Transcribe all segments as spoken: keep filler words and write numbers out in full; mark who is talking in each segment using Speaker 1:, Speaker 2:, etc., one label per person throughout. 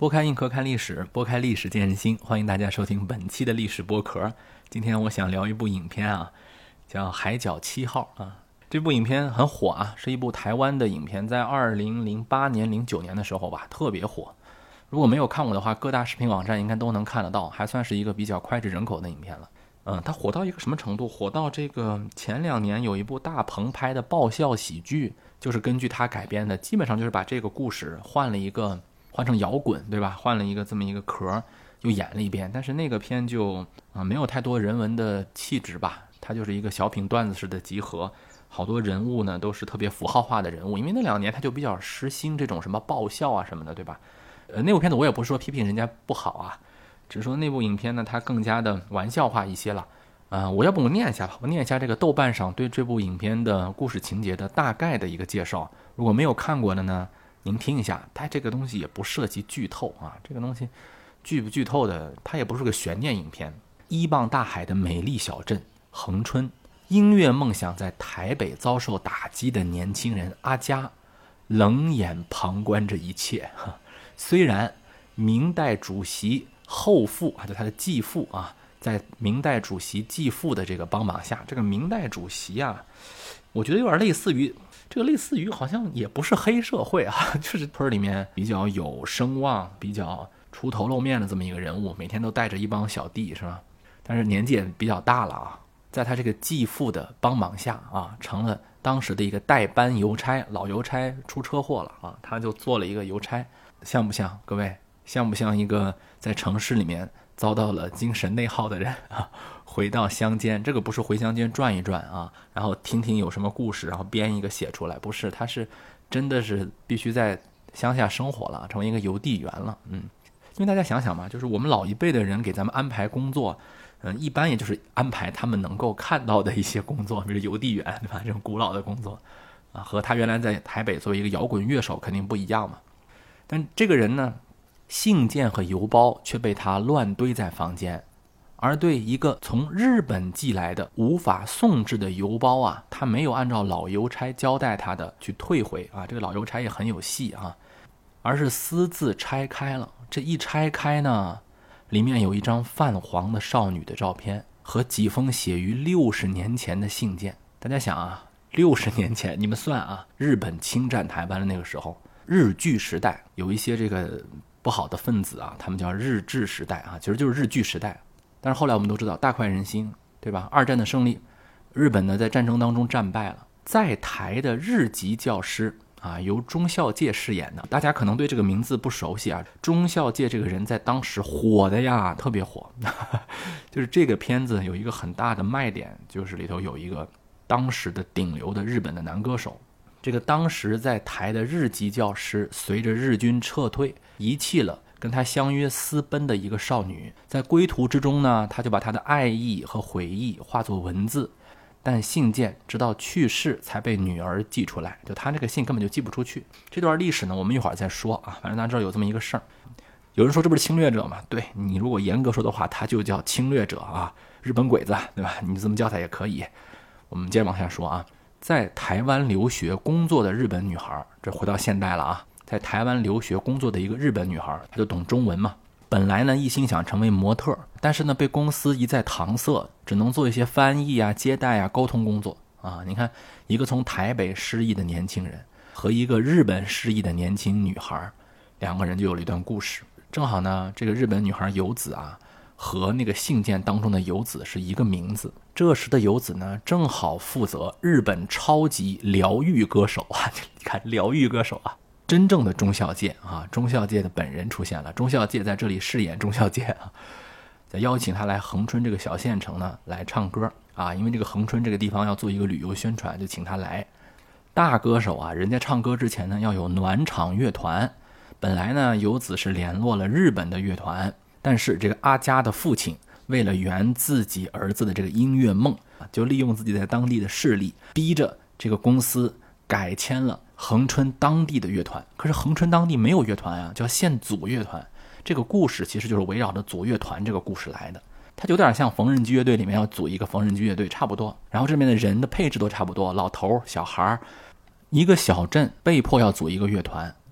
Speaker 1: 拨开硬壳看历史，拨开历史见人心，欢迎大家收听本期的历史剥壳。今天我想聊一部影片啊，叫《海角七号》啊。这部影片很火啊，是一部台湾的影片，在二零零八年、零九年的时候吧，特别火。如果没有看过的话，各大视频网站应该都能看得到，还算是一个比较脍炙人口的影片了。嗯，它火到一个什么程度？火到这个前两年有一部大鹏拍的爆笑喜剧，就是根据它改编的，基本上就是把这个故事换了一个，换成摇滚，对吧？换了一个这么一个壳，又演了一遍。但是那个片就啊没有太多人文的气质吧，它就是一个小品段子式的集合，好多人物呢都是特别符号化的人物，因为那两年它就比较时兴这种什么爆笑啊什么的，对吧？呃，那部片子我也不是说批评人家不好啊。只是说那部影片呢，它更加的玩笑化一些了，啊、呃，我要不我念一下吧，我念一下这个豆瓣上对这部影片的故事情节的大概的一个介绍。如果没有看过的呢，您听一下，它这个东西也不涉及剧透啊，这个东西剧不剧透的，它也不是个悬念影片。依傍大海的美丽小镇恒春，音乐梦想在台北遭受打击的年轻人阿佳，冷眼旁观这一切。虽然明代主席后父啊，就他的继父啊，在明代主席继父的这个帮忙下，这个明代主席啊，我觉得有点类似于这个类似于好像也不是黑社会啊，就是村里面比较有声望、比较出头露面的这么一个人物，每天都带着一帮小弟，是吧？但是年纪也比较大了啊，在他这个继父的帮忙下啊，成了当时的一个代班邮差，老邮差出车祸了啊，他就做了一个邮差，像不像各位？像不像一个在城市里面遭到了精神内耗的人啊？回到乡间，这个不是回乡间转一转啊，然后听听有什么故事，然后编一个写出来，不是，他是真的是必须在乡下生活了，成为一个邮递员了。嗯，因为大家想想嘛，就是我们老一辈的人给咱们安排工作，嗯，一般也就是安排他们能够看到的一些工作，比如邮递员，对吧？这种古老的工作啊，和他原来在台北作为一个摇滚乐手肯定不一样嘛。但这个人呢，信件和邮包却被他乱堆在房间，而对一个从日本寄来的无法送至的邮包啊，他没有按照老邮差交代他的去退回啊，这个老邮差也很有戏啊，而是私自拆开了。这一拆开呢，里面有一张泛黄的少女的照片和几封写于六十年前的信件。大家想啊，六十年前，你们算啊，日本侵占台湾的那个时候，日据时代，有一些这个不好的分子啊，他们叫日治时代啊，其实就是日据时代。但是后来我们都知道大快人心，对吧？二战的胜利，日本呢在战争当中战败了，在台的日籍教师啊，由中孝介饰演的，大家可能对这个名字不熟悉啊。中孝介这个人在当时火的呀，特别火。就是这个片子有一个很大的卖点，就是里头有一个当时的顶流的日本的男歌手。这个当时在台的日籍教师随着日军撤退，遗弃了跟他相约私奔的一个少女，在归途之中呢，他就把他的爱意和回忆化作文字，但信件直到去世才被女儿寄出来，就他这个信根本就寄不出去。这段历史呢，我们一会儿再说啊，反正大家知道有这么一个事儿。有人说这不是侵略者吗？对，你如果严格说的话，他就叫侵略者啊，日本鬼子，对吧？你这么叫他也可以。我们接着往下说啊。在台湾留学工作的日本女孩，这回到现代了啊，在台湾留学工作的一个日本女孩，她就懂中文嘛。本来呢一心想成为模特，但是呢被公司一再搪塞，只能做一些翻译啊、接待啊、沟通工作啊。你看，一个从台北失意的年轻人和一个日本失意的年轻女孩，两个人就有了一段故事。正好呢，这个日本女孩游子啊，和那个信件当中的游子是一个名字。这时的游子呢，正好负责日本超级疗愈歌手啊！你看疗愈歌手啊，真正的中孝介啊，中孝介的本人出现了。中孝介在这里饰演中孝介啊，在邀请他来恒春这个小县城呢来唱歌啊，因为这个恒春这个地方要做一个旅游宣传，就请他来。大歌手啊，人家唱歌之前呢要有暖场乐团。本来呢，游子是联络了日本的乐团，但是这个阿佳的父亲为了圆自己儿子的这个音乐梦，就利用自己在当地的势力，逼着这个公司改签了恒春当地的乐团。可是恒春当地没有乐团啊，叫县组乐团。这个故事其实就是围绕着组乐团这个故事来的，它就有点像缝纫机乐队里面要组一个缝纫机乐队差不多。然后这边的人的配置都差不多，老头小孩，一个小镇被迫要组一个乐团，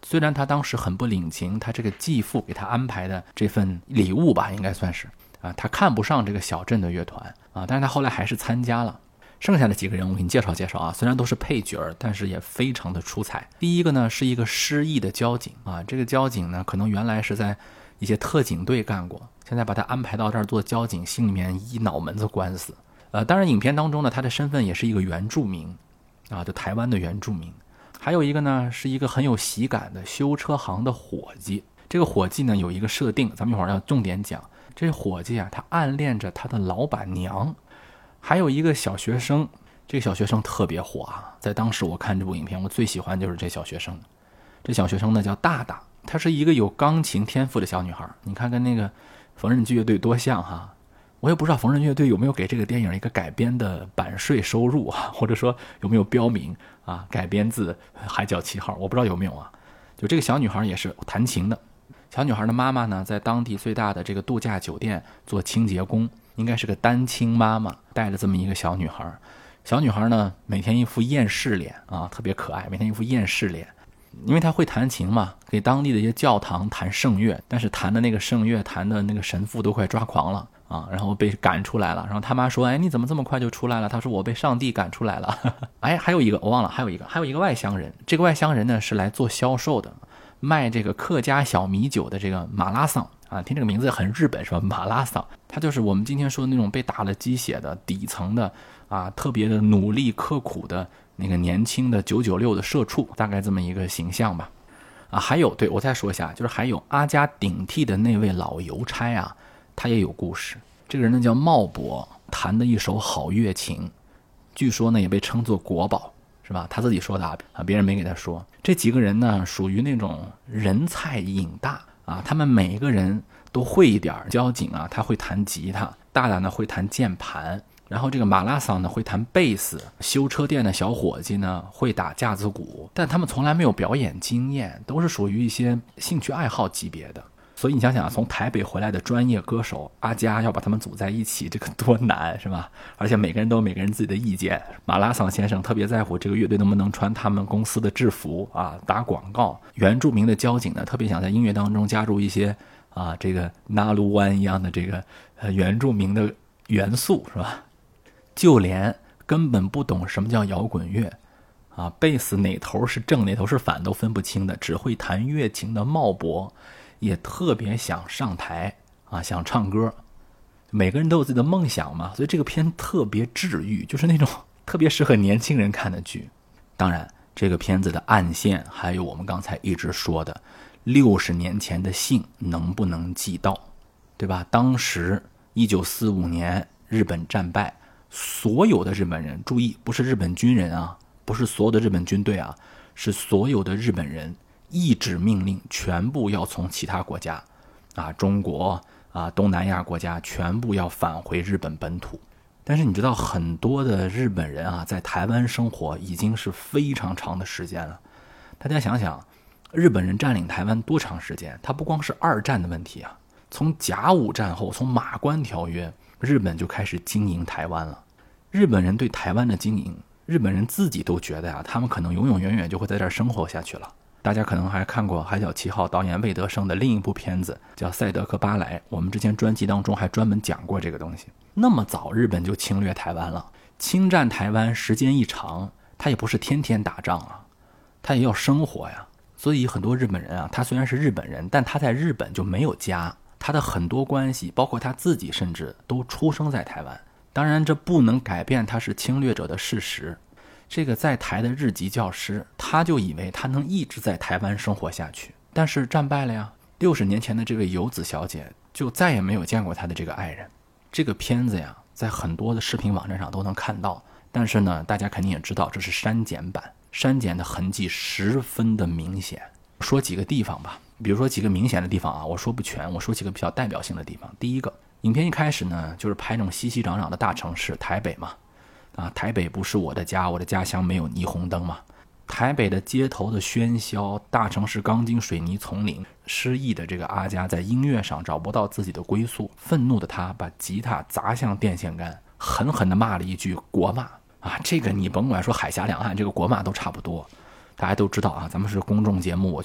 Speaker 1: 虽然他当时很不领情，他这个继父给他安排的这份礼物吧，应该算是啊，他看不上这个小镇的乐团啊，但是他后来还是参加了。剩下的几个人我给你介绍介绍啊，虽然都是配角，但是也非常的出彩。第一个呢是一个失忆的交警啊，这个交警呢可能原来是在一些特警队干过，现在把他安排到这儿做交警，心里面一脑门子官司。呃，当然影片当中呢，他的身份也是一个原住民啊，就台湾的原住民。还有一个呢是一个很有喜感的修车行的伙计。这个伙计呢有一个设定，咱们一会儿要重点讲。这伙计啊，他暗恋着他的老板娘。还有一个小学生，这个小学生特别火啊，在当时我看这部影片，我最喜欢就是这小学生。这小学生呢叫大大，她是一个有钢琴天赋的小女孩，你看跟那个缝纫机乐队多像哈。我也不知道缝纫乐队有没有给这个电影一个改编的版税收入啊，或者说有没有标明啊改编自海角七号，我不知道有没有啊。就这个小女孩也是弹琴的，小女孩的妈妈呢在当地最大的这个度假酒店做清洁工，应该是个单亲妈妈，带着这么一个小女孩。小女孩呢每天一副厌世脸啊，特别可爱，每天一副厌世脸。因为她会弹琴嘛，给当地的一些教堂弹圣乐，但是弹的那个圣乐弹的那个神父都快抓狂了啊，然后被赶出来了。然后他妈说，哎，你怎么这么快就出来了？他说我被上帝赶出来了。哎，还有一个我忘了，还有一个还有一个外乡人。这个外乡人呢是来做销售的，卖这个客家小米酒的这个马拉桑啊，听这个名字很日本是吧？马拉桑，他就是我们今天说的那种被打了鸡血的底层的啊，特别的努力刻苦的那个年轻的九九六的社畜，大概这么一个形象吧。啊，还有，对，我再说一下，就是还有阿家顶替的那位老邮差啊，他也有故事。这个人呢叫茂伯，弹的一手好乐琴，据说呢也被称作国宝，是吧？他自己说的啊，别人没给他说。这几个人呢属于那种人菜瘾大啊，他们每一个人都会一点。交警啊他会弹吉他，大大呢会弹键盘，然后这个马拉桑呢会弹贝斯，修车店的小伙计呢会打架子鼓，但他们从来没有表演经验，都是属于一些兴趣爱好级别的。所以你想想，从台北回来的专业歌手阿佳要把他们组在一起，这个多难是吧？而且每个人都有每个人自己的意见。马拉桑先生特别在乎这个乐队能不能穿他们公司的制服啊，打广告。原住民的交警呢特别想在音乐当中加入一些啊这个纳鲁湾一样的这个呃原住民的元素是吧？就连根本不懂什么叫摇滚乐啊，贝斯哪头是正哪头是反都分不清的，只会弹乐琴的茂伯也特别想上台啊，想唱歌。每个人都有自己的梦想嘛，所以这个片特别治愈，就是那种特别适合年轻人看的剧。当然这个片子的暗线还有我们刚才一直说的六十年前的信能不能寄到，对吧？当时一九四五年日本战败，所有的日本人，注意不是日本军人啊，不是所有的日本军队啊，是所有的日本人一纸命令，全部要从其他国家啊，中国啊，东南亚国家全部要返回日本本土。但是你知道很多的日本人啊在台湾生活已经是非常长的时间了。大家想想日本人占领台湾多长时间，它不光是二战的问题啊，从甲午战后，从马关条约，日本就开始经营台湾了。日本人对台湾的经营，日本人自己都觉得啊，他们可能永永远远就会在这儿生活下去了。大家可能还看过海角七号导演魏德胜的另一部片子叫赛德克巴莱，我们之前专辑当中还专门讲过这个东西。那么早日本就侵略台湾了，侵占台湾时间一长，他也不是天天打仗啊，他也要生活呀。所以很多日本人啊，他虽然是日本人，但他在日本就没有家，他的很多关系包括他自己甚至都出生在台湾。当然这不能改变他是侵略者的事实。这个在台的日籍教师，他就以为他能一直在台湾生活下去，但是战败了呀。六十年前的这位游子小姐就再也没有见过她的这个爱人。这个片子呀，在很多的视频网站上都能看到，但是呢，大家肯定也知道这是删减版，删减的痕迹十分的明显。说几个地方吧，比如说几个明显的地方啊，我说不全，我说几个比较代表性的地方。第一个，影片一开始呢，就是拍那种熙熙攘攘的大城市，台北嘛。啊，台北不是我的家，我的家乡没有霓虹灯嘛。台北的街头的喧嚣，大城市钢筋水泥丛林，失意的这个阿佳在音乐上找不到自己的归宿，愤怒的他把吉他砸向电线杆，狠狠地骂了一句国骂啊！这个你甭管说海峡两岸，这个国骂都差不多，大家都知道啊。咱们是公众节目，我就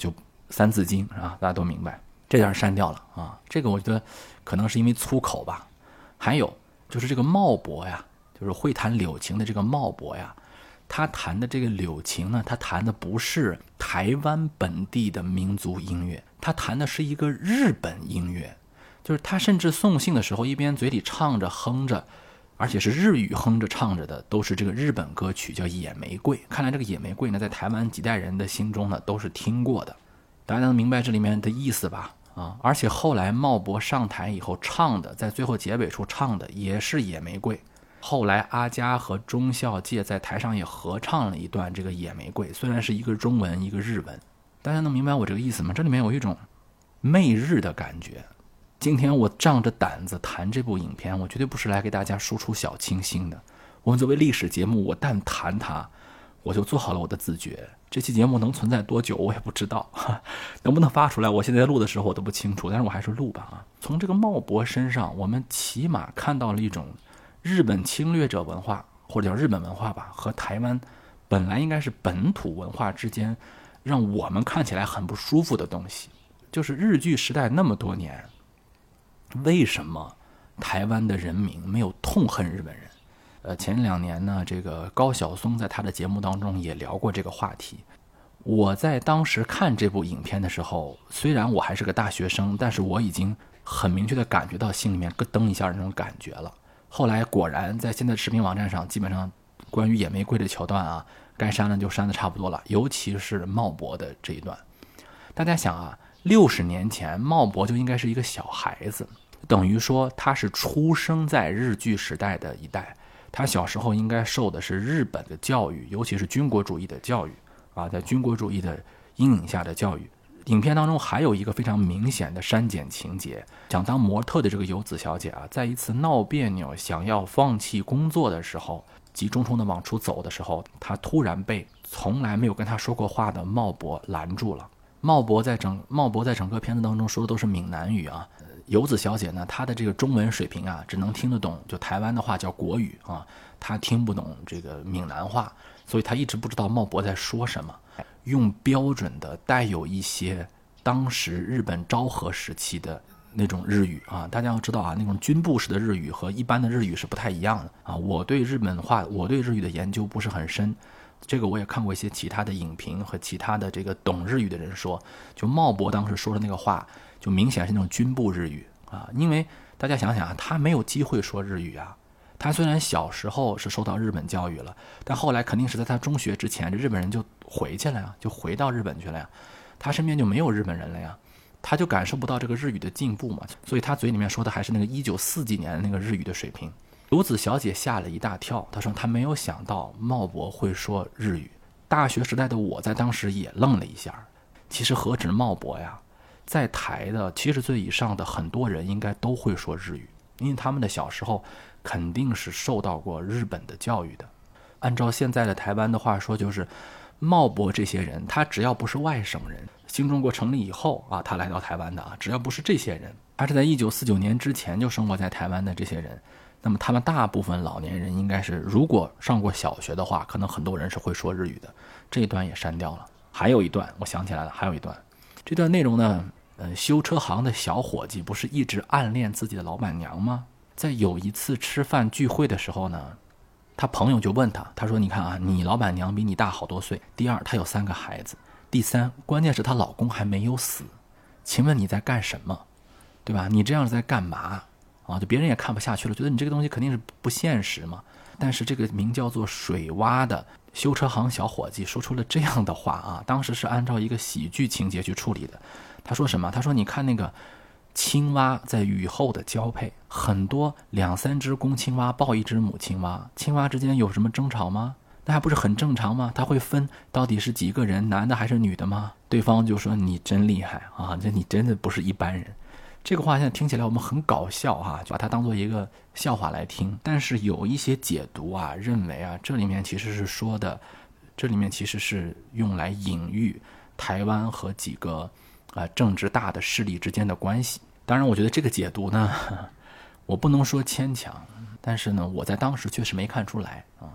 Speaker 1: 三字经啊，大家都明白，这点删掉了啊。这个我觉得可能是因为粗口吧。还有就是这个茂伯呀，就是会弹柳琴的这个茂伯呀，他弹的这个柳琴呢，他弹的不是台湾本地的民族音乐，他弹的是一个日本音乐。就是他甚至送信的时候，一边嘴里唱着哼着，而且是日语哼着唱着的，都是这个日本歌曲，叫《野玫瑰》。看来这个《野玫瑰》呢，在台湾几代人的心中呢，都是听过的。大家能明白这里面的意思吧？啊，而且后来茂伯上台以后唱的，在最后结尾处唱的也是《野玫瑰》。后来阿佳和钟孝介在台上也合唱了一段这个《野玫瑰》，虽然是一个中文一个日文。大家能明白我这个意思吗？这里面有一种媚日的感觉。今天我仗着胆子谈这部影片，我绝对不是来给大家输出小清新的。我们作为历史节目，我但谈它，我就做好了我的自觉。这期节目能存在多久我也不知道，能不能发出来我现在录的时候我都不清楚，但是我还是录吧啊。从这个茂伯身上，我们起码看到了一种日本侵略者文化，或者叫日本文化吧，和台湾本来应该是本土文化之间让我们看起来很不舒服的东西。就是日据时代那么多年，为什么台湾的人民没有痛恨日本人？呃，前两年呢，这个高晓松在他的节目当中也聊过这个话题。我在当时看这部影片的时候，虽然我还是个大学生，但是我已经很明确的感觉到心里面咯噔一下那种感觉了。后来果然在现在视频网站上，基本上关于野玫瑰的桥段啊，该删的就删的差不多了，尤其是茂伯的这一段。大家想啊，六十年前茂伯就应该是一个小孩子，等于说他是出生在日据时代的一代，他小时候应该受的是日本的教育，尤其是军国主义的教育啊，在军国主义的阴影下的教育。影片当中还有一个非常明显的删减情节，想当模特的这个游子小姐啊，在一次闹别扭想要放弃工作的时候，急冲冲的往出走的时候，她突然被从来没有跟她说过话的茂伯拦住了。茂伯在整茂伯在整个片子当中说的都是闽南语啊，游子小姐呢，她的这个中文水平啊，只能听得懂就台湾的话叫国语啊，她听不懂这个闽南话，所以她一直不知道茂伯在说什么，用标准的带有一些当时日本昭和时期的那种日语啊，大家要知道啊，那种军部式的日语和一般的日语是不太一样的啊。我对日本话，我对日语的研究不是很深。这个我也看过一些其他的影评和其他的这个懂日语的人说，就茂伯当时说的那个话就明显是那种军部日语啊，因为大家想想啊，他没有机会说日语啊。他虽然小时候是受到日本教育了，但后来肯定是在他中学之前，这日本人就回去了呀，就回到日本去了呀，他身边就没有日本人了呀，他就感受不到这个日语的进步嘛，所以他嘴里面说的还是那个一九四几年的那个日语的水平。游子小姐吓了一大跳，她说她没有想到茂伯会说日语。大学时代的我在当时也愣了一下，其实何止茂伯呀，在台的七十岁以上的很多人应该都会说日语，因为他们的小时候肯定是受到过日本的教育的。按照现在的台湾的话说，就是茂伯这些人，他只要不是外省人，新中国成立以后啊，他来到台湾的啊，只要不是这些人，他是在一九四九年之前就生活在台湾的这些人，那么他们大部分老年人应该是，如果上过小学的话，可能很多人是会说日语的。这一段也删掉了。还有一段我想起来了，还有一段，这段内容呢，呃，修车行的小伙计不是一直暗恋自己的老板娘吗？在有一次吃饭聚会的时候呢，他朋友就问他，他说你看啊，你老板娘比你大好多岁，第二她有三个孩子，第三关键是她老公还没有死，请问你在干什么？对吧？你这样在干嘛啊？就别人也看不下去了，觉得你这个东西肯定是不现实嘛。但是这个名叫做水洼的修车行小伙计说出了这样的话啊，当时是按照一个喜剧情节去处理的。他说什么？他说你看那个青蛙在雨后的交配，很多两三只公青蛙抱一只母青蛙，青蛙之间有什么争吵吗？那还不是很正常吗？他会分到底是几个人，男的还是女的吗？对方就说你真厉害啊，这你真的不是一般人。这个话现在听起来我们很搞笑啊，就把它当做一个笑话来听。但是有一些解读啊，认为啊，这里面其实是说的，这里面其实是用来隐喻台湾和几个啊、呃、政治大的势力之间的关系。当然，我觉得这个解读呢，我不能说牵强，但是呢，我在当时确实没看出来啊。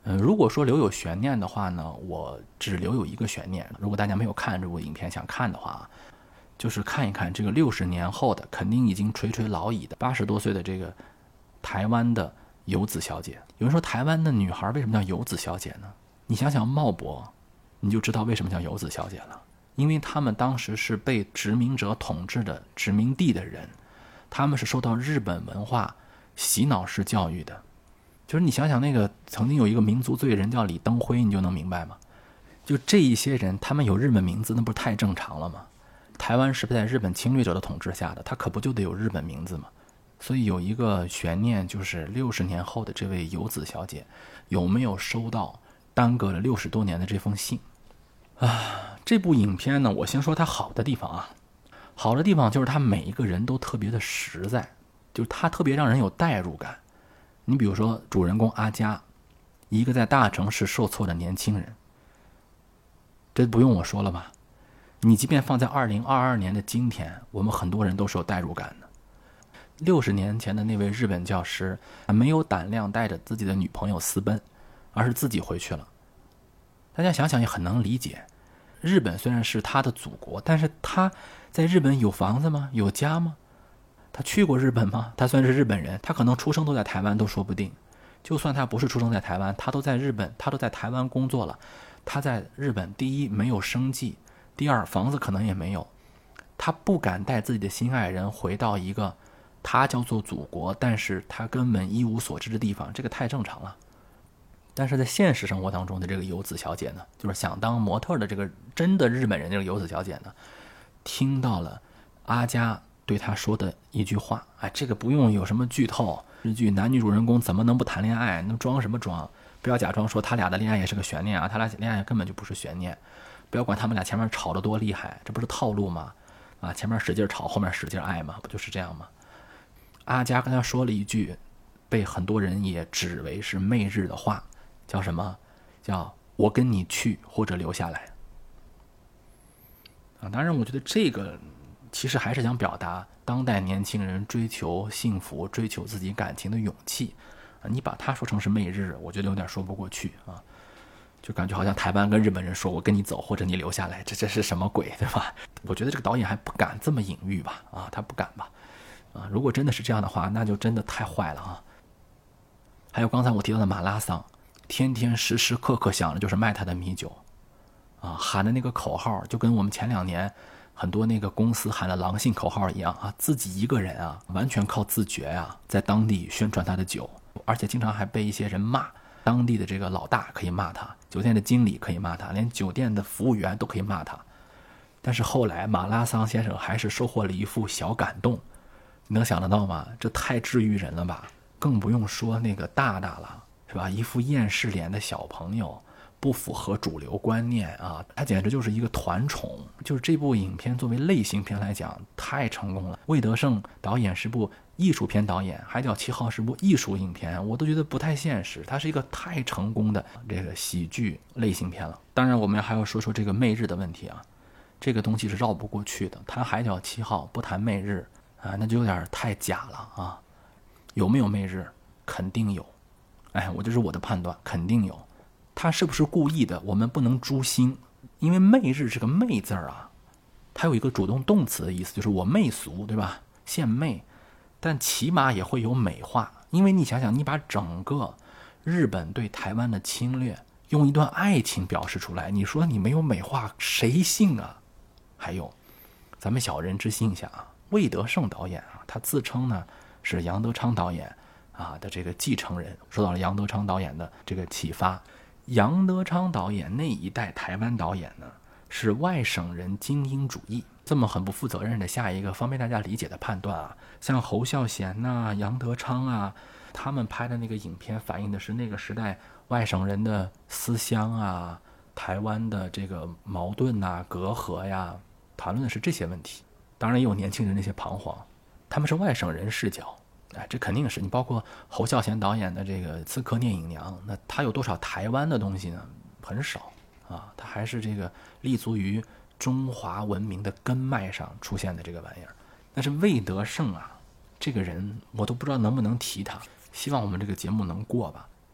Speaker 1: 嗯，如果说留有悬念的话呢，我只留有一个悬念。如果大家没有看这部影片想看的话，就是看一看这个六十年后的，肯定已经垂垂老矣的八十多岁的这个台湾的游子小姐。有人说台湾的女孩为什么叫游子小姐呢？你想想茂伯，你就知道为什么叫游子小姐了。因为他们当时是被殖民者统治的殖民地的人，他们是受到日本文化洗脑式教育的。就是你想想那个曾经有一个民族罪人叫李登辉，你就能明白吗？就这一些人，他们有日本名字，那不是太正常了吗？台湾是在日本侵略者的统治下的，他可不就得有日本名字吗？所以有一个悬念，就是六十年后的这位游子小姐有没有收到耽搁了六十多年的这封信啊？这部影片呢，我先说它好的地方啊，好的地方就是它每一个人都特别的实在，就是它特别让人有代入感。你比如说主人公阿佳，一个在大城市受挫的年轻人，这不用我说了吧？你即便放在二零二二年的今天，我们很多人都是有代入感的。六十年前的那位日本教师没有胆量带着自己的女朋友私奔，而是自己回去了。大家想想也很能理解，日本虽然是他的祖国，但是他在日本有房子吗？有家吗？他去过日本吗？他算是日本人，他可能出生都在台湾都说不定。就算他不是出生在台湾，他都在日本，他都在台湾工作了。他在日本，第一没有生计，第二房子可能也没有。他不敢带自己的心爱人回到一个他叫做祖国，但是他根本一无所知的地方，这个太正常了。但是在现实生活当中的这个游子小姐呢，就是想当模特的这个真的日本人这个游子小姐呢，听到了阿佳对他说的一句话，哎，这个不用有什么剧透，日剧男女主人公怎么能不谈恋爱？能装什么装？不要假装说他俩的恋爱也是个悬念啊，他俩恋爱根本就不是悬念。不要管他们俩前面吵得多厉害，这不是套路吗？啊，前面使劲吵，后面使劲爱嘛，不就是这样吗？阿佳跟他说了一句被很多人也指为是媚日的话，叫什么？叫我跟你去或者留下来。啊，当然我觉得这个其实还是想表达当代年轻人追求幸福、追求自己感情的勇气。啊，你把它说成是媚日，我觉得有点说不过去啊，就感觉好像台湾跟日本人说我跟你走或者你留下来，这这是什么鬼，对吧？我觉得这个导演还不敢这么隐喻吧，啊，他不敢吧，啊，如果真的是这样的话，那就真的太坏了啊。还有刚才我提到的马拉桑，天天时时刻刻想的就是卖他的米酒，啊，喊的那个口号就跟我们前两年很多那个公司喊的狼性口号一样啊，自己一个人啊，完全靠自觉啊，在当地宣传他的酒，而且经常还被一些人骂。当地的这个老大可以骂他，酒店的经理可以骂他，连酒店的服务员都可以骂他。但是后来马拉桑先生还是收获了一副小感动，你能想得到吗？这太治愈人了吧？更不用说那个大大了，是吧？一副厌世脸的小朋友，不符合主流观念啊，他简直就是一个团宠。就是这部影片作为类型片来讲太成功了。魏德胜导演是部艺术片导演，海角七号是部艺术影片，我都觉得不太现实，它是一个太成功的这个喜剧类型片了。当然我们还要说说这个媚日的问题啊，这个东西是绕不过去的。谈海角七号不谈媚日啊，那就有点太假了啊。有没有媚日？肯定有，哎，我这是我的判断，肯定有。他是不是故意的？我们不能诛心，因为媚日这个媚字啊，它有一个主动动词的意思，就是我媚俗，对吧？献媚，但起码也会有美化。因为你想想，你把整个日本对台湾的侵略用一段爱情表示出来，你说你没有美化，谁信啊？还有，咱们小人之心一下啊，魏德胜导演啊，他自称呢是杨德昌导演啊的这个继承人，受到了杨德昌导演的这个启发。杨德昌导演那一代台湾导演呢，是外省人精英主义，这么很不负责任的下一个方便大家理解的判断啊，像侯孝贤呐、啊、杨德昌啊，他们拍的那个影片反映的是那个时代外省人的思乡啊，台湾的这个矛盾呐、隔阂呀，谈论的是这些问题。当然也有年轻人那些彷徨，他们是外省人视角。哎，这肯定是你包括侯孝贤导演的这个《刺客聂隐娘》，那他有多少台湾的东西呢？很少啊，他还是这个立足于中华文明的根脉上出现的这个玩意儿。但是魏德胜啊，这个人我都不知道能不能提他，希望我们这个节目能过吧。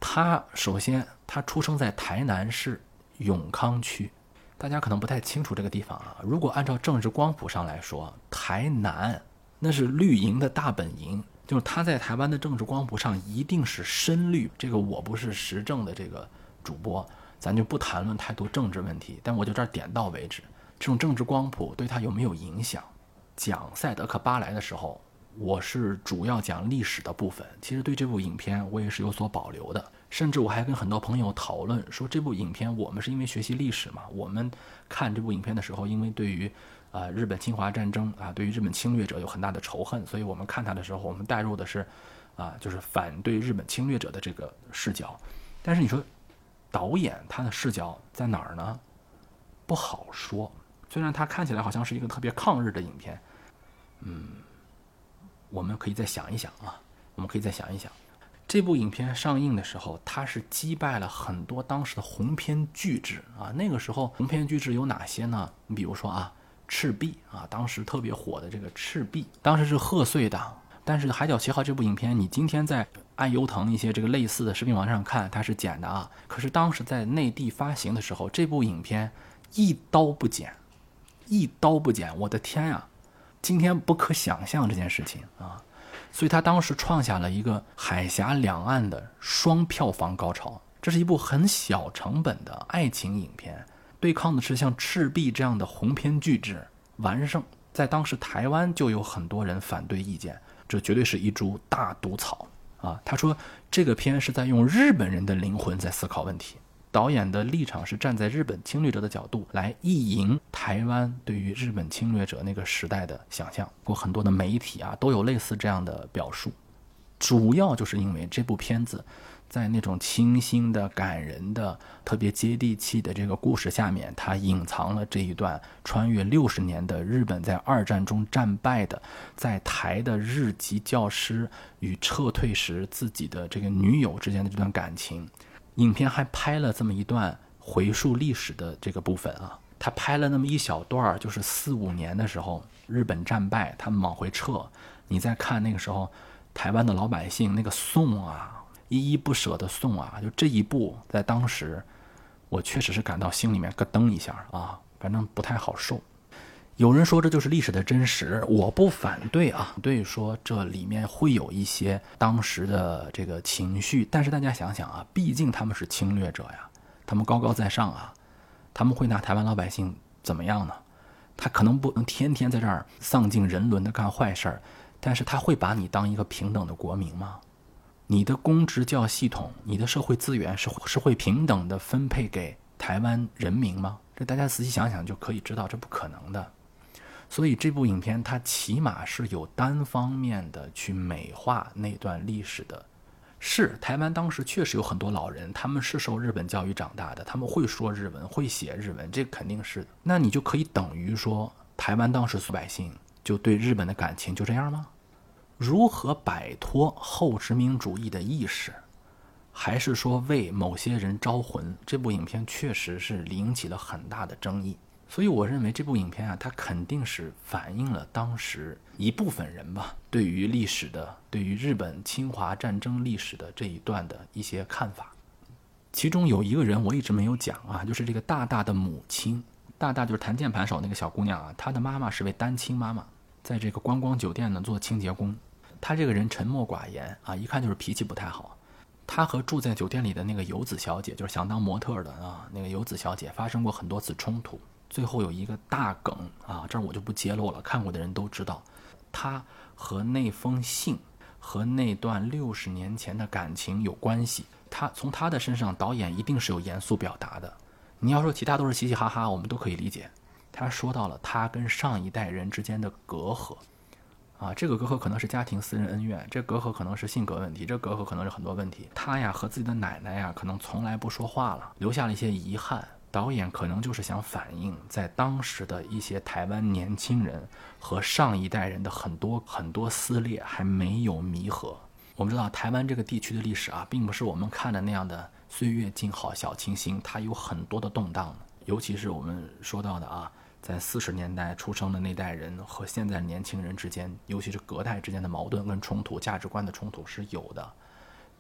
Speaker 1: 他首先他出生在台南市永康区，大家可能不太清楚这个地方啊。如果按照政治光谱上来说，台南那是绿营的大本营，就是他在台湾的政治光谱上一定是深绿。这个我不是时政的这个主播，咱就不谈论太多政治问题，但我就这儿点到为止。这种政治光谱对他有没有影响？讲赛德克巴莱的时候，我是主要讲历史的部分，其实对这部影片我也是有所保留的，甚至我还跟很多朋友讨论说，这部影片我们是因为学习历史嘛，我们看这部影片的时候，因为对于啊、呃、日本侵华战争啊，对于日本侵略者有很大的仇恨，所以我们看它的时候，我们带入的是啊就是反对日本侵略者的这个视角。但是你说导演他的视角在哪儿呢？不好说。虽然它看起来好像是一个特别抗日的影片，嗯。我们可以再想一想啊，我们可以再想一想，这部影片上映的时候，它是击败了很多当时的鸿篇巨制啊。那个时候鸿篇巨制有哪些呢？你比如说啊，赤壁啊，当时特别火的这个赤壁，当时是贺岁档。但是《海角七号》这部影片，你今天在爱优腾一些这个类似的视频网站上看，它是剪的啊。可是当时在内地发行的时候，这部影片一刀不剪，一刀不剪，我的天呀！今天不可想象这件事情啊，所以他当时创下了一个海峡两岸的双票房高潮。这是一部很小成本的爱情影片，对抗的是像赤壁这样的鸿篇巨制完胜。在当时台湾就有很多人反对意见，这绝对是一株大毒草啊。他说这个片是在用日本人的灵魂在思考问题，导演的立场是站在日本侵略者的角度来意淫台湾对于日本侵略者那个时代的想象。过很多的媒体啊都有类似这样的表述，主要就是因为这部片子在那种清新的感人的特别接地气的这个故事下面，它隐藏了这一段穿越六十年的日本在二战中战败的在台的日籍教师与撤退时自己的这个女友之间的这段感情。影片还拍了这么一段回溯历史的这个部分啊，他拍了那么一小段，就是四五年的时候，日本战败，他们往回撤。你再看那个时候，台湾的老百姓那个送啊，依依不舍的送啊，就这一步，在当时，我确实是感到心里面咯噔一下啊，反正不太好受。有人说这就是历史的真实，我不反对啊，对说这里面会有一些当时的这个情绪，但是大家想想啊，毕竟他们是侵略者呀，他们高高在上啊，他们会拿台湾老百姓怎么样呢？他可能不能天天在这儿丧尽人伦的干坏事儿，但是他会把你当一个平等的国民吗？你的公职教系统，你的社会资源是是会平等的分配给台湾人民吗？这大家仔细想想就可以知道，这不可能的。所以这部影片它起码是有单方面的去美化那段历史的。是台湾当时确实有很多老人，他们是受日本教育长大的，他们会说日文，会写日文，这肯定是的。那你就可以等于说台湾当时老百姓就对日本的感情就这样吗？如何摆脱后殖民主义的意识，还是说为某些人招魂？这部影片确实是引起了很大的争议。所以我认为这部影片啊，它肯定是反映了当时一部分人吧，对于历史的，对于日本侵华战争历史的这一段的一些看法。其中有一个人我一直没有讲啊，就是这个大大的母亲。大大就是弹键盘手那个小姑娘啊，她的妈妈是位单亲妈妈，在这个观光酒店呢做清洁工。她这个人沉默寡言啊，一看就是脾气不太好。她和住在酒店里的那个游子小姐，就是想当模特的啊，那个游子小姐发生过很多次冲突。最后有一个大梗啊，这儿我就不揭露了，看过的人都知道，他和那封信和那段六十年前的感情有关系。他从他的身上，导演一定是有严肃表达的。你要说其他都是嘻嘻哈哈，我们都可以理解。他说到了他跟上一代人之间的隔阂啊，这个隔阂可能是家庭私人恩怨，这隔阂可能是性格问题，这隔阂可能是很多问题。他呀和自己的奶奶呀，可能从来不说话了，留下了一些遗憾。导演可能就是想反映在当时的一些台湾年轻人和上一代人的很多很多撕裂还没有弥合。我们知道台湾这个地区的历史啊，并不是我们看的那样的岁月静好小清新，它有很多的动荡，尤其是我们说到的啊，在四十年代出生的那代人和现在年轻人之间，尤其是隔代之间的矛盾跟冲突，价值观的冲突是有的，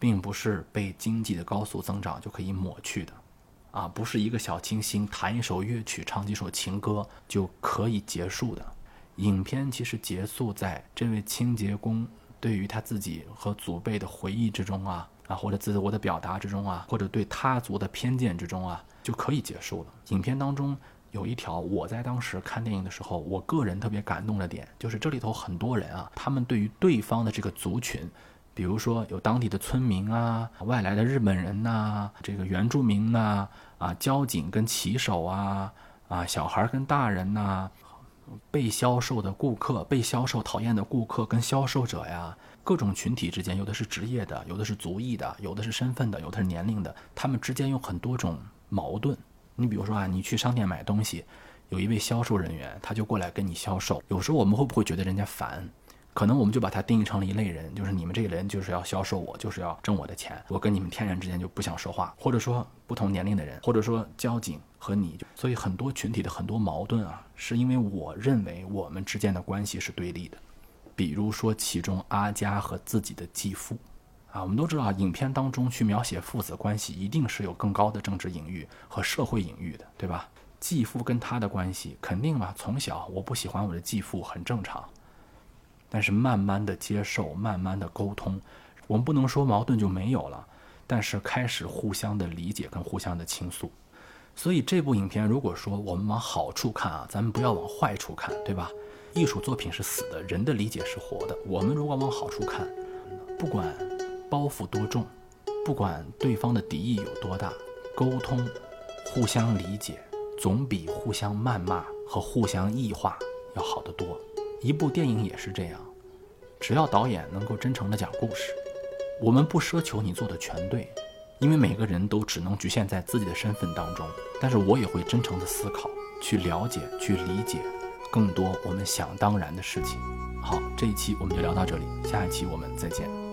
Speaker 1: 并不是被经济的高速增长就可以抹去的啊，不是一个小清新弹一首乐曲唱几首情歌就可以结束的。影片其实结束在这位清洁工对于他自己和祖辈的回忆之中啊啊，或者自我的表达之中啊，或者对他族的偏见之中啊，就可以结束了。影片当中有一条我在当时看电影的时候我个人特别感动的点，就是这里头很多人啊，他们对于对方的这个族群，比如说有当地的村民啊，外来的日本人呐、啊，这个原住民呐、啊，啊，交警跟骑手啊，啊，小孩跟大人呐、啊，被销售的顾客，被销售讨厌的顾客跟销售者呀，各种群体之间，有的是职业的，有的是族裔的，有的是身份的，有的是年龄的，他们之间有很多种矛盾。你比如说啊，你去商店买东西，有一位销售人员，他就过来跟你销售，有时候我们会不会觉得人家烦？可能我们就把它定义成了一类人，就是你们这个人就是要销售我，就是要挣我的钱，我跟你们天然之间就不想说话。或者说不同年龄的人，或者说交警和你，所以很多群体的很多矛盾啊，是因为我认为我们之间的关系是对立的。比如说其中阿佳和自己的继父啊，我们都知道影片当中去描写父子关系一定是有更高的政治隐喻和社会隐喻的，对吧？继父跟他的关系肯定嘛，从小我不喜欢我的继父很正常，但是慢慢的接受，慢慢的沟通，我们不能说矛盾就没有了，但是开始互相的理解跟互相的倾诉。所以这部影片如果说我们往好处看啊，咱们不要往坏处看，对吧？艺术作品是死的，人的理解是活的。我们如果往好处看，不管包袱多重，不管对方的敌意有多大，沟通互相理解总比互相谩骂和互相异化要好得多。一部电影也是这样，只要导演能够真诚地讲故事，我们不奢求你做的全对，因为每个人都只能局限在自己的身份当中，但是我也会真诚地思考，去了解，去理解更多我们想当然的事情。好，这一期我们就聊到这里，下一期我们再见。